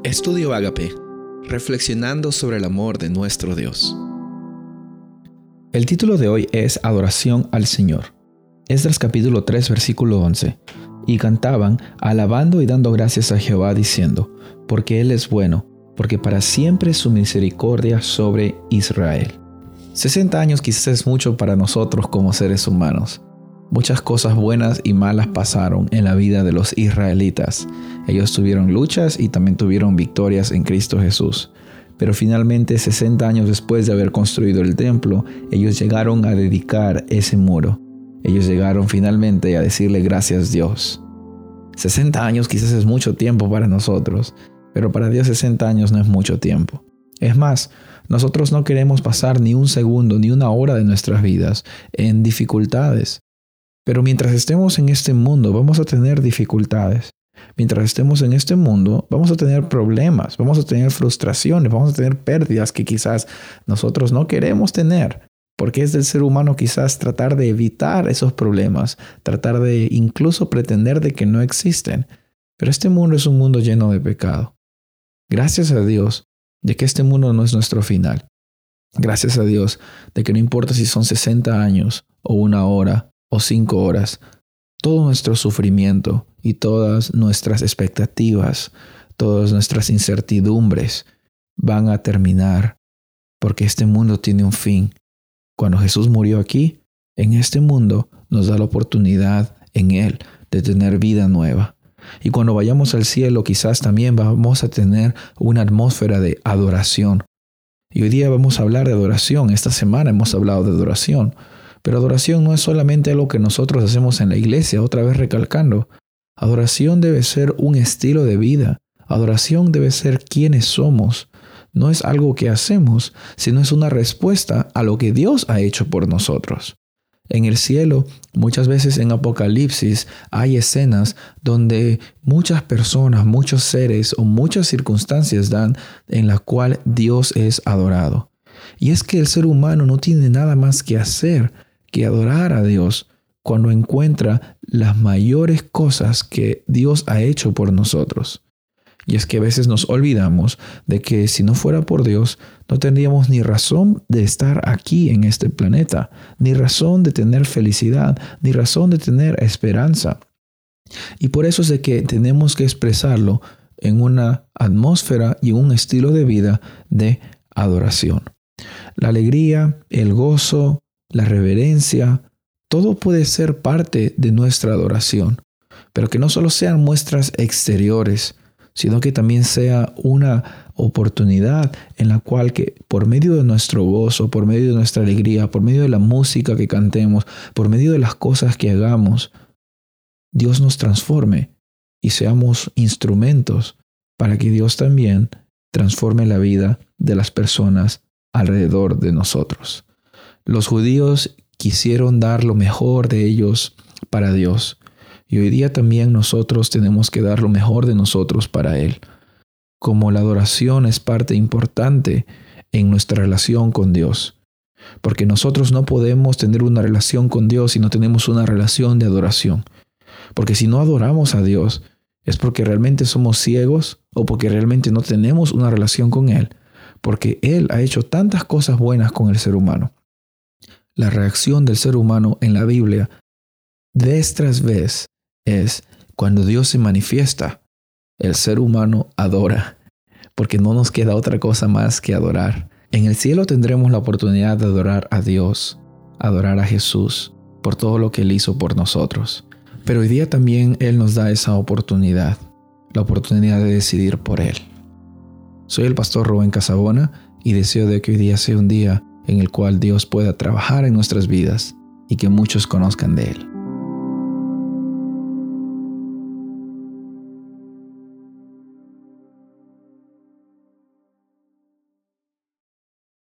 Estudio Ágape, reflexionando sobre el amor de nuestro Dios. El título de hoy es Adoración al Señor. Esdras capítulo 3, versículo 11. Y cantaban, alabando y dando gracias a Jehová, diciendo, porque Él es bueno, porque para siempre es su misericordia sobre Israel. 60 años quizás es mucho para nosotros como seres humanos. Muchas cosas buenas y malas pasaron en la vida de los israelitas. Ellos tuvieron luchas y también tuvieron victorias en Cristo Jesús. Pero finalmente, 60 años después de haber construido el templo, ellos llegaron a dedicar ese muro. Ellos llegaron finalmente a decirle gracias Dios. 60 años quizás es mucho tiempo para nosotros, pero para Dios 60 años no es mucho tiempo. Es más, nosotros no queremos pasar ni un segundo ni una hora de nuestras vidas en dificultades. Pero mientras estemos en este mundo vamos a tener dificultades. Mientras estemos en este mundo vamos a tener problemas, vamos a tener frustraciones, vamos a tener pérdidas que quizás nosotros no queremos tener. Porque es del ser humano quizás tratar de evitar esos problemas, tratar de incluso pretender de que no existen. Pero este mundo es un mundo lleno de pecado. Gracias a Dios de que este mundo no es nuestro final. Gracias a Dios de que no importa si son 60 años o una hora o 5 horas, todo nuestro sufrimiento y todas nuestras expectativas, todas nuestras incertidumbres van a terminar, porque este mundo tiene un fin. Cuando Jesús murió aquí, en este mundo, nos da la oportunidad en Él de tener vida nueva. Y cuando vayamos al cielo, quizás también vamos a tener una atmósfera de adoración. Y hoy día vamos a hablar de adoración. Esta semana hemos hablado de adoración. Pero adoración no es solamente algo que nosotros hacemos en la iglesia, otra vez recalcando. Adoración debe ser un estilo de vida. Adoración debe ser quienes somos. No es algo que hacemos, sino es una respuesta a lo que Dios ha hecho por nosotros. En el cielo, muchas veces en Apocalipsis, hay escenas donde muchas personas, muchos seres o muchas circunstancias dan en la cual Dios es adorado. Y es que el ser humano no tiene nada más que hacer que adorar a Dios cuando encuentra las mayores cosas que Dios ha hecho por nosotros. Y es que a veces nos olvidamos de que si no fuera por Dios, no tendríamos ni razón de estar aquí en este planeta, ni razón de tener felicidad, ni razón de tener esperanza. Y por eso es de que tenemos que expresarlo en una atmósfera y un estilo de vida de adoración. La alegría, el gozo, la reverencia, todo puede ser parte de nuestra adoración, pero que no solo sean muestras exteriores, sino que también sea una oportunidad en la cual que por medio de nuestro gozo, por medio de nuestra alegría, por medio de la música que cantemos, por medio de las cosas que hagamos, Dios nos transforme y seamos instrumentos para que Dios también transforme la vida de las personas alrededor de nosotros. Los judíos quisieron dar lo mejor de ellos para Dios. Y hoy día también nosotros tenemos que dar lo mejor de nosotros para Él. Como la adoración es parte importante en nuestra relación con Dios. Porque nosotros no podemos tener una relación con Dios si no tenemos una relación de adoración. Porque si no adoramos a Dios, es porque realmente somos ciegos o porque realmente no tenemos una relación con Él. Porque Él ha hecho tantas cosas buenas con el ser humano. La reacción del ser humano en la Biblia, vez tras vez, es cuando Dios se manifiesta, el ser humano adora, porque no nos queda otra cosa más que adorar. En el cielo tendremos la oportunidad de adorar a Dios, adorar a Jesús, por todo lo que Él hizo por nosotros. Pero hoy día también Él nos da esa oportunidad, la oportunidad de decidir por Él. Soy el pastor Rubén Casabona y deseo de que hoy día sea un día en el cual Dios pueda trabajar en nuestras vidas y que muchos conozcan de Él.